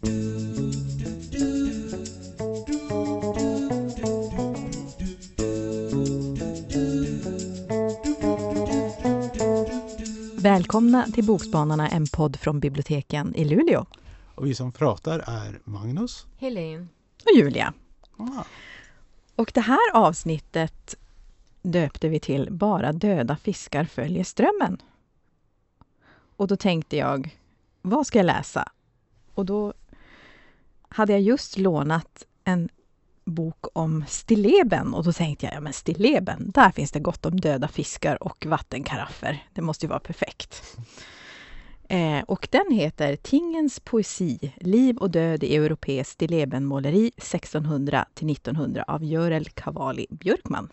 Välkomna till Bokspanarna, en podd från biblioteken i Luleå. Och vi som pratar är Magnus, Helene och Julia. Ah. Och det här avsnittet döpte vi till Bara döda fiskar följer strömmen. Och då tänkte jag, vad ska jag läsa? Och då hade jag just lånat en bok om stilleben. Och då tänkte jag, ja men stilleben, där finns det gott om döda fiskar och vattenkaraffer. Det måste ju vara perfekt. Och den heter Tingens poesi, liv och död i europeiskt stillebenmåleri 1600-1900 av Görel Cavalli Björkman.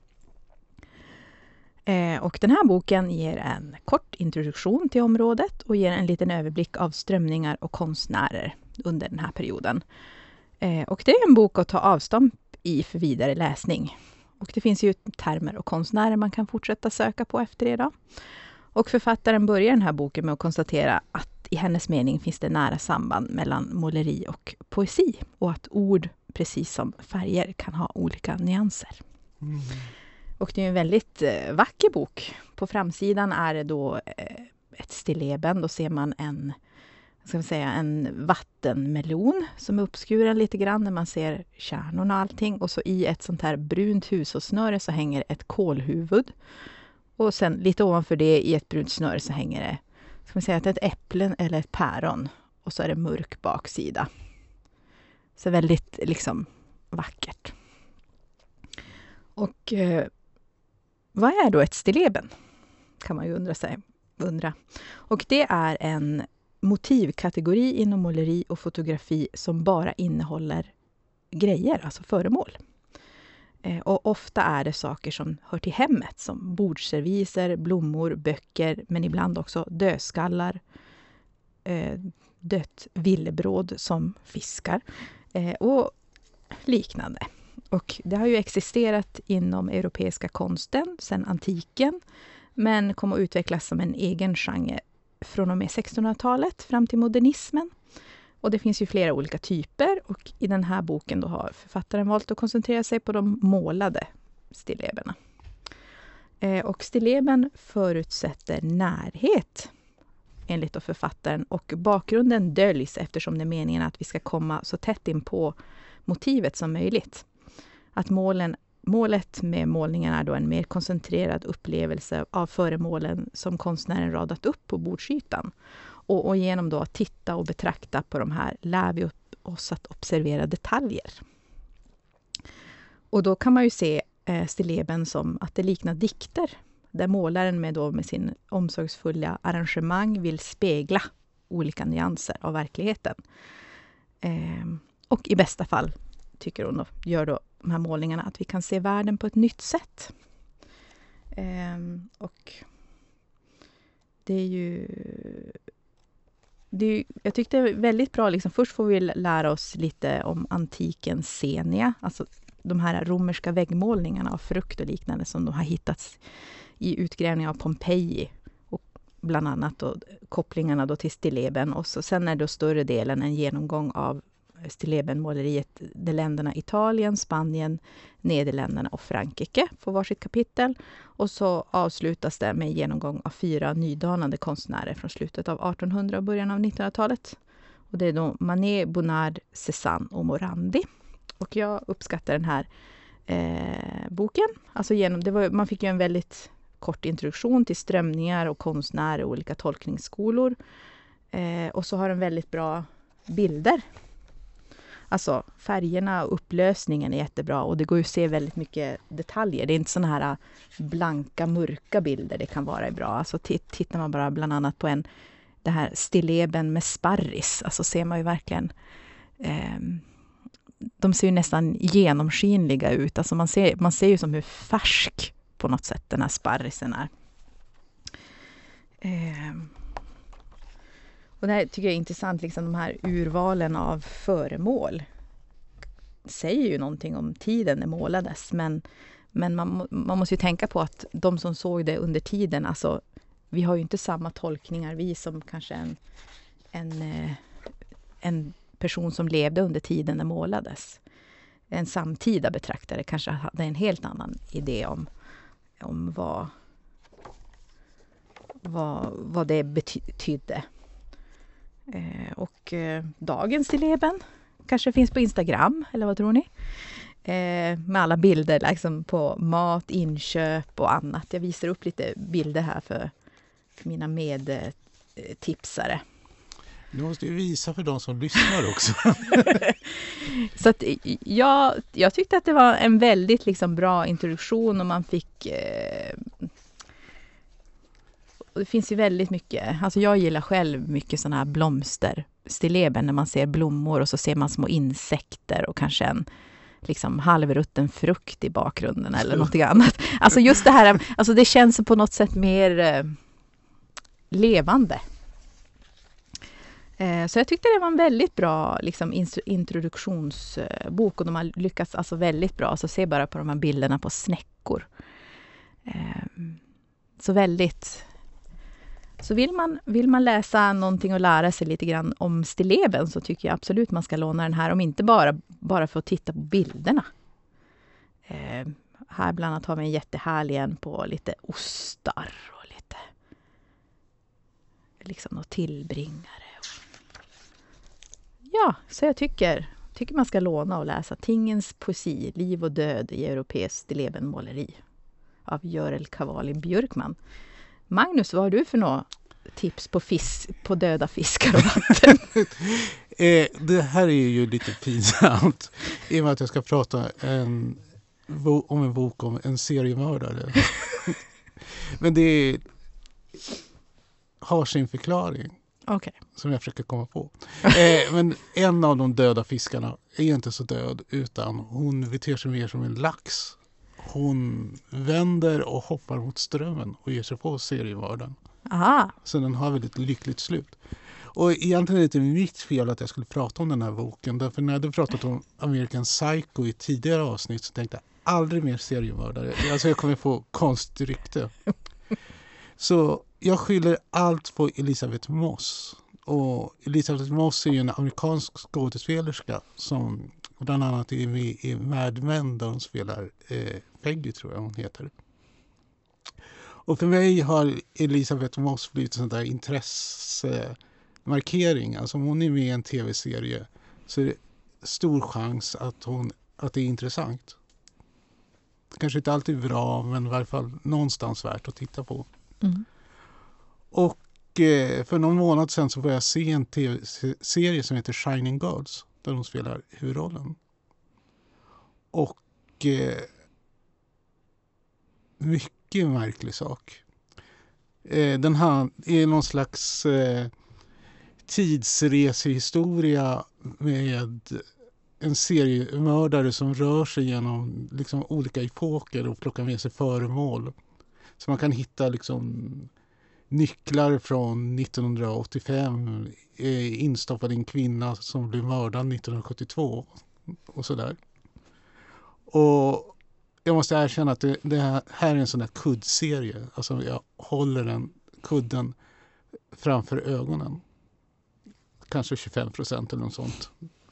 Och den här boken ger en kort introduktion till området och ger en liten överblick av strömningar och konstnärer under den här perioden. Och det är en bok att ta avstånd i för vidare läsning. Och det finns ju termer och konstnärer man kan fortsätta söka på efter det då. Och författaren börjar den här boken med att konstatera att i hennes mening finns det nära samband mellan måleri och poesi. Och att ord, precis som färger, kan ha olika nyanser. Mm. Och det är en väldigt vacker bok. På framsidan är det då ett stilleben. Då ser man en vattenmelon som är uppskuren lite grann när man ser kärnorna och allting. Och så i ett sånt här brunt hushållssnöre så hänger ett kolhuvud. Och sen lite ovanför det i ett brunt snöre så hänger det, ska man säga, ett äpple eller ett päron. Och så är det mörk baksida. Så väldigt liksom vackert. Och vad är då ett stilleben? Kan man ju undra. Och det är en motivkategori inom måleri och fotografi som bara innehåller grejer, alltså föremål. Och ofta är det saker som hör till hemmet, som bordserviser, blommor, böcker, men ibland också dödskallar, dött villebråd som fiskar och liknande. Och det har ju existerat inom europeiska konsten sedan antiken, men kom att utvecklas som en egen genre från och med 1600-talet fram till modernismen. Och det finns ju flera olika typer, och i den här boken då har författaren valt att koncentrera sig på de målade stilleberna. Och stilleben förutsätter närhet, enligt då författaren, och bakgrunden döljs eftersom det är meningen att vi ska komma så tätt in på motivet som möjligt. Att målet med målningen är då en mer koncentrerad upplevelse av föremålen som konstnären radat upp på bordsytan. Och genom då att titta och betrakta på de här lär vi oss att observera detaljer. Och då kan man ju se stilleben som att det liknar dikter. Där målaren med sin omsorgsfulla arrangemang vill spegla olika nyanser av verkligheten. Och i bästa fall, tycker hon, gör då de här målningarna att vi kan se världen på ett nytt sätt. Och det är ju... jag tyckte det är väldigt bra. Liksom, först får vi lära oss lite om antikens scenia. Alltså de här romerska väggmålningarna av frukt och liknande som de har hittats i utgrävningar av Pompeji. Och bland annat då, kopplingarna då till stilleben. Och så, sen är då större delen en genomgång av stillebenmåleriet. De länderna Italien, Spanien, Nederländerna och Frankrike får varsitt kapitel. Och så avslutas det med genomgång av 4 nydanande konstnärer från slutet av 1800- och början av 1900-talet. Och det är då Manet, Bonnard, Cézanne och Morandi. Och jag uppskattar den här boken. Alltså man fick ju en väldigt kort introduktion till strömningar och konstnärer och olika tolkningsskolor. Och så har den väldigt bra bilder. Alltså färgerna och upplösningen är jättebra, och det går ju att se väldigt mycket detaljer. Det är inte såna här blanka, mörka bilder det kan vara bra. Alltså tittar man bara bland annat på det här stilleben med sparris, alltså ser man ju verkligen de ser ju nästan genomskinliga ut. Alltså man ser ju som hur färsk på något sätt den här sparrisen är. Och det här tycker jag är intressant, liksom de här urvalen av föremål säger ju någonting om tiden det målades, men man måste ju tänka på att de som såg det under tiden, alltså vi har ju inte samma tolkningar vi som kanske en person som levde under tiden det målades. En samtida betraktare kanske hade en helt annan idé om vad det betydde. Och dagens stilleben kanske finns på Instagram, eller vad tror ni? Med alla bilder liksom, på mat, inköp och annat. Jag visar upp lite bilder här för mina medtipsare. Du måste ju visa för de som lyssnar också. Så att jag tyckte att det var en väldigt liksom, bra introduktion och man fick... det finns ju väldigt mycket... Alltså jag gillar själv mycket sådana här blomsterstilleben när man ser blommor och så ser man små insekter och kanske en liksom halvrutten frukt i bakgrunden eller något annat. Alltså just det här, alltså det känns på något sätt mer levande. Så jag tyckte det var en väldigt bra liksom, introduktionsbok och de har lyckats alltså väldigt bra. Så se bara på de här bilderna på snäckor. Så väldigt... Så vill man läsa någonting och lära sig lite grann om stilleben så tycker jag absolut man ska låna den här. Om inte bara för att titta på bilderna. Här bland annat har vi en jättehärlig en på lite ostar och lite liksom något tillbringare. Ja, så jag tycker man ska låna och läsa Tingens poesi, liv och död i europeiskt stillebenmåleri av Görel Kavali Björkman. Magnus, vad har du för några tips på döda fiskar och vatten? Det här är ju lite pinsamt i och med att jag ska prata om en bok om en seriemördare. Men det har sin förklaring. Okay. Som jag försöker komma på. Men en av de döda fiskarna är inte så död utan hon beter sig mer som en lax. Hon vänder och hoppar mot strömmen och ger sig på seriemördaren. Aha. Så den har väldigt lyckligt slut. Och egentligen är det inte mitt fel att jag skulle prata om den här boken. Därför när jag hade pratat om American Psycho i tidigare avsnitt så tänkte jag aldrig mer seriemördare. Alltså jag kommer få konstigt rykte. Så jag skyller allt på Elisabeth Moss. Och Elisabeth Moss är ju en amerikansk skådespelerska som bland annat är med i Mad Men där hon spelar Peggy tror jag hon heter. Och för mig har Elisabeth Moss blivit en sån där intressemarkering. Alltså om hon är med i en tv-serie så är det stor chans att det är intressant. Kanske inte alltid bra men i varje fall någonstans värt att titta på. Mm. Och för någon månad sedan så började jag se en tv-serie som heter Shining Girls där de spelar huvudrollen. Och mycket märklig sak. Den här är någon slags tidsresehistoria med en seriemördare som rör sig genom liksom, olika epoker och plockar med sig föremål. Så man kan hitta liksom nycklar från 1985 instoppad i en kvinna som blev mördad 1972 och sådär. Och jag måste erkänna att det här är en sån där kuddserie. Alltså jag håller den kudden framför ögonen. Kanske 25% eller något sånt.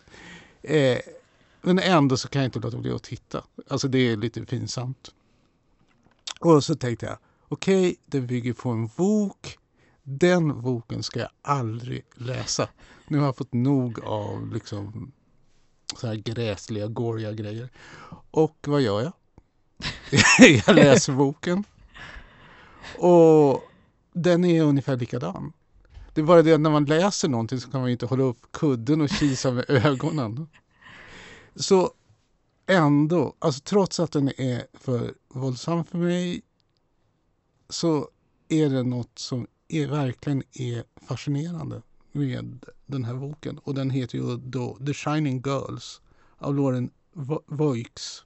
Men ändå så kan jag inte låta bli att titta. Alltså det är lite pinsamt. Och så tänkte jag, okej, den bygger på en bok. Den boken ska jag aldrig läsa. Nu har jag fått nog av liksom så här gräsliga, gåriga grejer. Och vad gör jag? Jag läser boken. Och den är ungefär likadan. Det är bara det att när man läser någonting så kan man ju inte hålla upp kudden och kisa med ögonen. Så ändå, alltså trots att den är för våldsam för mig så är det något som verkligen är fascinerande med den här boken. Och den heter ju då The Shining Girls av Lauren Voigt.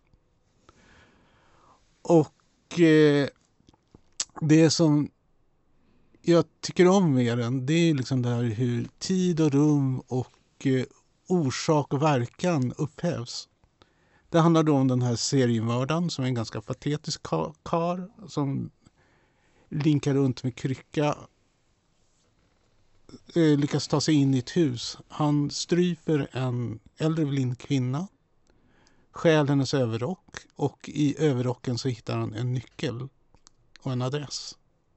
Och det som jag tycker om med den, det är liksom det här hur tid och rum och orsak och verkan upphävs. Det handlar då om den här seriemördaren som är en ganska patetisk karl som linkar runt med krycka lyckas ta sig in i ett hus. Han stryper en äldre blind kvinna, stjäl hennes överrock och i överrocken så hittar han en nyckel och en adress.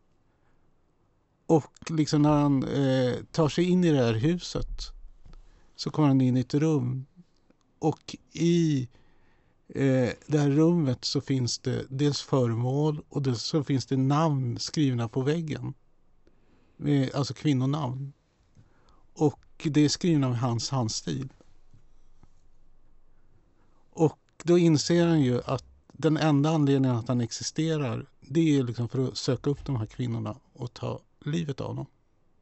Och liksom när han tar sig in i det här huset så kommer han in i ett rum och i det här rummet så finns det dels föremål och så finns det namn skrivna på väggen. Alltså kvinnonamn. Och det är skrivna med hans handstil. Och då inser han ju att den enda anledningen att han existerar, det är liksom för att söka upp de här kvinnorna och ta livet av dem.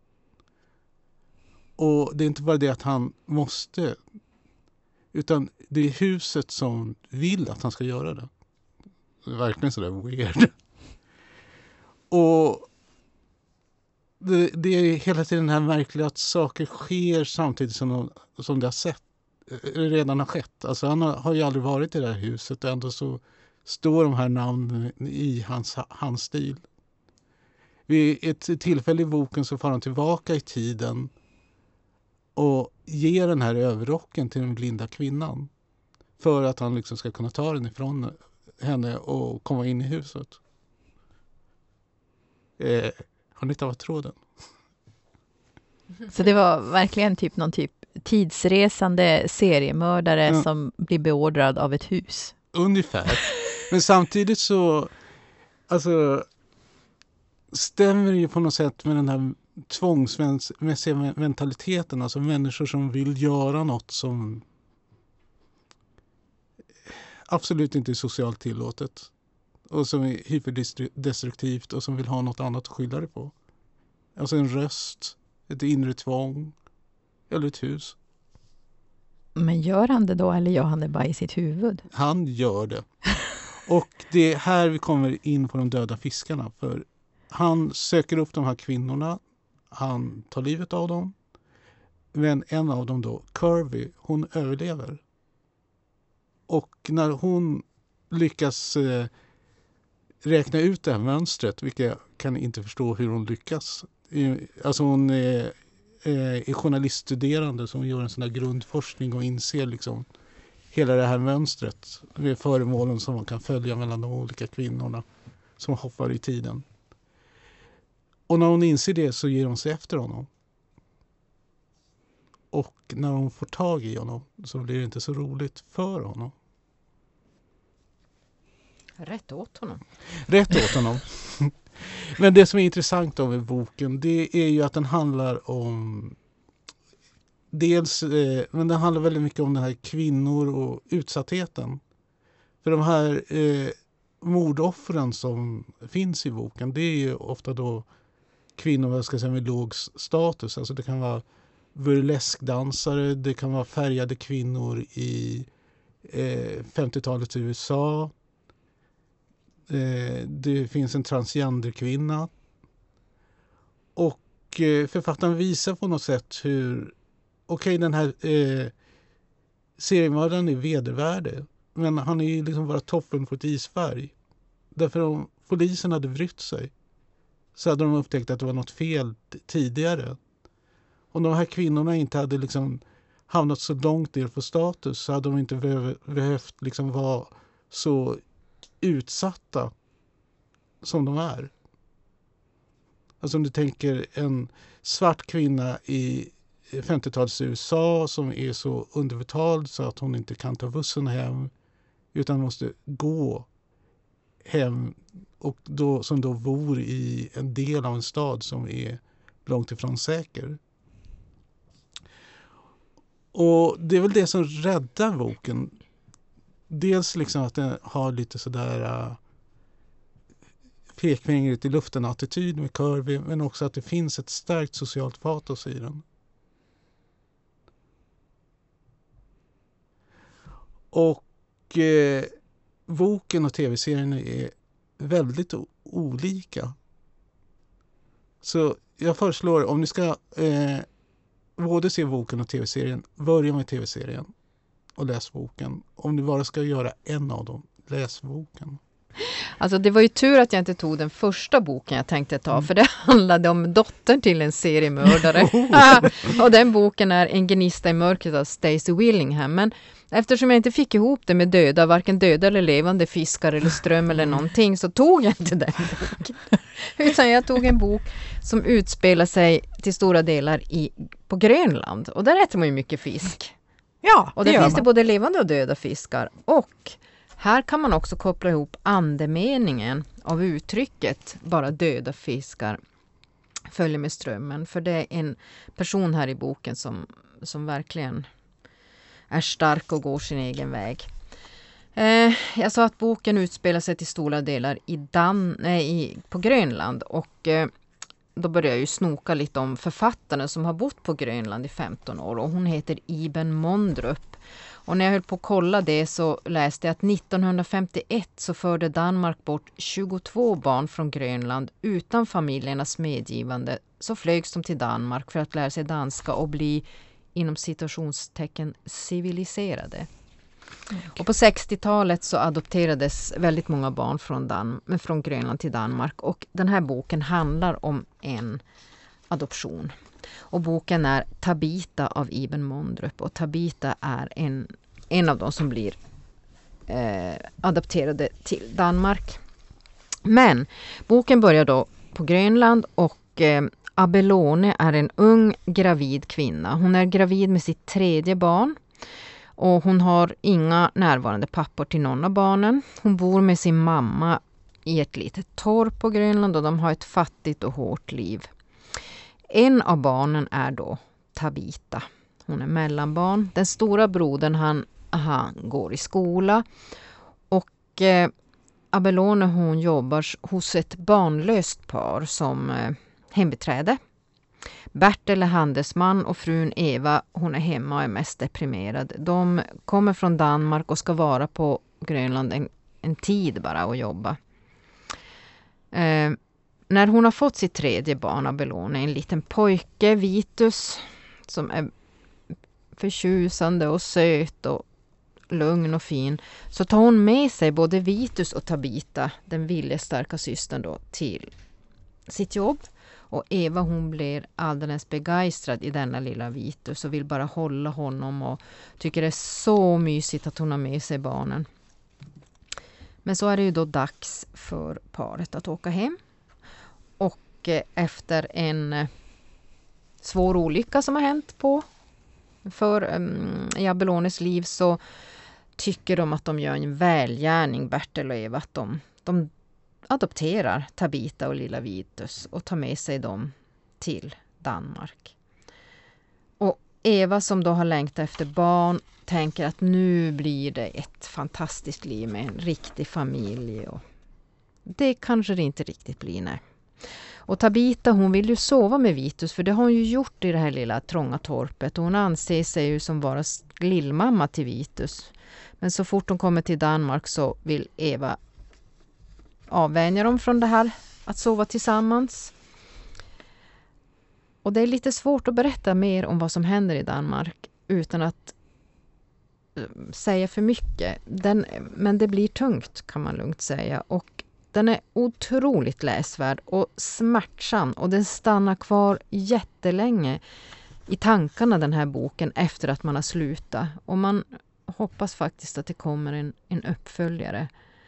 Och det är inte bara det att han måste, utan det är huset som vill att han ska göra det. Det är verkligen sådär weird. Och det är hela tiden det här märkliga att saker sker samtidigt som det har sett, redan har skett. Alltså han har ju aldrig varit i det här huset och ändå så står de här namnen i hans handstil. Vid ett tillfälle i boken så får han tillbaka i tiden och ger den här överrocken till den blinda kvinnan för att han liksom ska kunna ta den ifrån henne och komma in i huset. Har ni tappat tråden? Så det var verkligen någon typ tidsresande seriemördare som blir beordrad av ett hus. Ungefär. Men samtidigt så alltså stämmer det ju på något sätt med den här tvångsmässiga mentaliteten. Alltså människor som vill göra något som absolut inte är socialt tillåtet. Och som är hyperdestruktivt och som vill ha något annat att skylla det på. Alltså en röst, ett inre tvång eller ett hus. Men gör han det då eller gör han det bara i sitt huvud? Han gör det. Och det är här vi kommer in på de döda fiskarna. För han söker upp de här kvinnorna. Han tar livet av dem. Men en av dem då, Curvy, hon överlever. Och när hon lyckas räkna ut det här mönstret, vilket jag kan inte förstå hur hon lyckas. Alltså hon är journaliststuderande som gör en sån här grundforskning och inser liksom hela det här mönstret med föremålen som man kan följa mellan de olika kvinnorna som hoppar i tiden. Och när hon inser det så ger hon sig efter honom. Och när hon får tag i honom så blir det inte så roligt för honom. Rätt åt honom. Rätt åt honom. Men det som är intressant då med boken, det är ju att den handlar om dels, men den handlar väldigt mycket om den här kvinnor och utsattheten. För de här mordoffren som finns i boken, det är ju ofta då kvinnor, jag ska säga, med låg status. Alltså det kan vara burleskdansare, det kan vara färgade kvinnor i 50-talets USA. Det finns en transgenderkvinna. Och författaren visar på något sätt hur den här seriemördaren är vedervärdig. Men han är ju liksom bara toppen på ett isberg. Därför om polisen hade brytt sig så hade de upptäckt att det var något fel tidigare. Om de här kvinnorna inte hade liksom hamnat så långt ner på status så hade de inte behövt liksom vara så utsatta som de är. Alltså om du tänker en svart kvinna i 50-talets USA som är så underbetald så att hon inte kan ta bussen hem utan måste gå hem och som då bor i en del av en stad som är långt ifrån säker. Och det är väl det som räddar boken. Dels liksom att den har lite sådär pekfingret i luften attityd med Curvy, men också att det finns ett starkt socialt patos i den. Och boken och tv-serien är väldigt olika. Så jag föreslår, om ni ska både se boken och tv-serien, börja med tv-serien och läs boken. Om ni bara ska göra en av dem, läs boken. Alltså det var ju tur att jag inte tog den första boken jag tänkte ta. För det handlade om dottern till en seriemördare. Och den boken är En gnista i mörkret av Stacey Willingham. Men eftersom jag inte fick ihop det med varken döda eller levande fiskar eller ström eller någonting, så tog jag inte den boken. Utan jag tog en bok som utspelar sig till stora delar på Grönland. Och där äter man ju mycket fisk. Ja, och där finns det både levande och döda fiskar. Och här kan man också koppla ihop andemeningen av uttrycket bara döda fiskar följer med strömmen. För det är en person här i boken som verkligen är stark och går sin egen väg. Jag sa att boken utspelar sig till stora delar på Grönland. Och då började jag ju snoka lite om författaren som har bott på Grönland i 15 år. Och hon heter Iben Mondrup. Och när jag höll på att kolla det så läste jag att 1951 så förde Danmark bort 22 barn från Grönland utan familjernas medgivande. Så flögs de till Danmark för att lära sig danska och bli inom citationstecken civiliserade. Och på 60-talet så adopterades väldigt många barn från Grönland till Danmark. Och den här boken handlar om en adoption. Och boken är Tabita av Iben Mondrup. Och Tabita är en av de som blir adopterade till Danmark. Men boken börjar då på Grönland och Abelone är en ung gravid kvinna. Hon är gravid med sitt 3:e barn. Och hon har inga närvarande pappor till någon av barnen. Hon bor med sin mamma i ett litet torp på Grönland och de har ett fattigt och hårt liv. En av barnen är då Tabita. Hon är mellanbarn. Den stora brodern han går i skola. Och Abelone hon jobbar hos ett barnlöst par som hembiträde. Bertel är handelsman och frun Eva hon är hemma och är mest deprimerad. De kommer från Danmark och ska vara på Grönland en tid bara och jobba. När hon har fått sitt 3:e barn Abelone, en liten pojke, Vitus, som är förtjusande och söt och lugn och fin, så tar hon med sig både Vitus och Tabita, den viljestarka systern då, till sitt jobb. Och Eva hon blir alldeles begeistrad i denna lilla Vitus och vill bara hålla honom och tycker det är så mysigt att hon har med sig barnen. Men så är det ju då dags för paret att åka hem. Och efter en svår olycka som har hänt i Abelones liv så tycker de att de gör en välgärning, Bertel och Eva, att de adopterar Tabita och lilla Vitus och tar med sig dem till Danmark. Och Eva som då har längtat efter barn tänker att nu blir det ett fantastiskt liv med en riktig familj. Och det kanske det inte riktigt blir, nej. Och Tabita hon vill ju sova med Vitus för det har hon ju gjort i det här lilla trånga torpet. Och hon anser sig ju som vara lillmamma till Vitus. Men så fort hon kommer till Danmark så vill Eva avvänja dem från det här att sova tillsammans. Och det är lite svårt att berätta mer om vad som händer i Danmark utan att säga för mycket. Men det blir tungt kan man lugnt säga. Och den är otroligt läsvärd och smärtsam. Och den stannar kvar jättelänge i tankarna den här boken efter att man har slutat. Och man hoppas faktiskt att det kommer en uppföljare.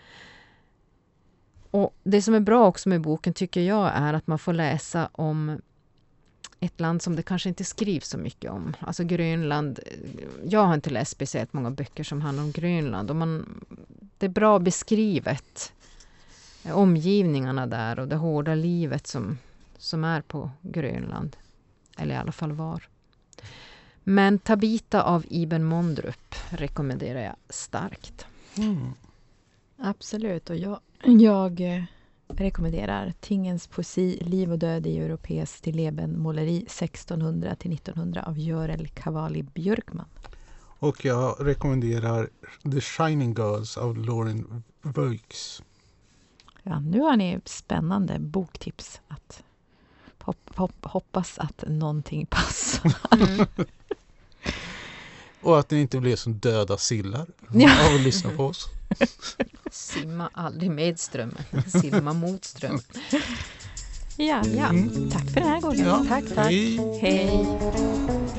Och det som är bra också med boken tycker jag är att man får läsa om ett land som det kanske inte skrivs så mycket om. Alltså Grönland, jag har inte läst speciellt många böcker som handlar om Grönland. Och det är bra beskrivet, omgivningarna där och det hårda livet som är på Grönland. Eller i alla fall var. Men Tabita av Iben Mondrup rekommenderar jag starkt. Absolut, och jag rekommenderar Tingens poesi, Liv och död i europeisk stilleben-måleri 1600-1900 av Görel Cavalli Björkman. Och jag rekommenderar The Shining Girls av Lauren Voigt. Ja, nu har ni spännande boktips. Att hoppas att någonting passar. Och att ni inte blir som döda sillar av att lyssna på oss. Simma aldrig med strömmen, simma mot strömmen. Ja. Tack för den här gången. Ja, Tack. hej. Hej.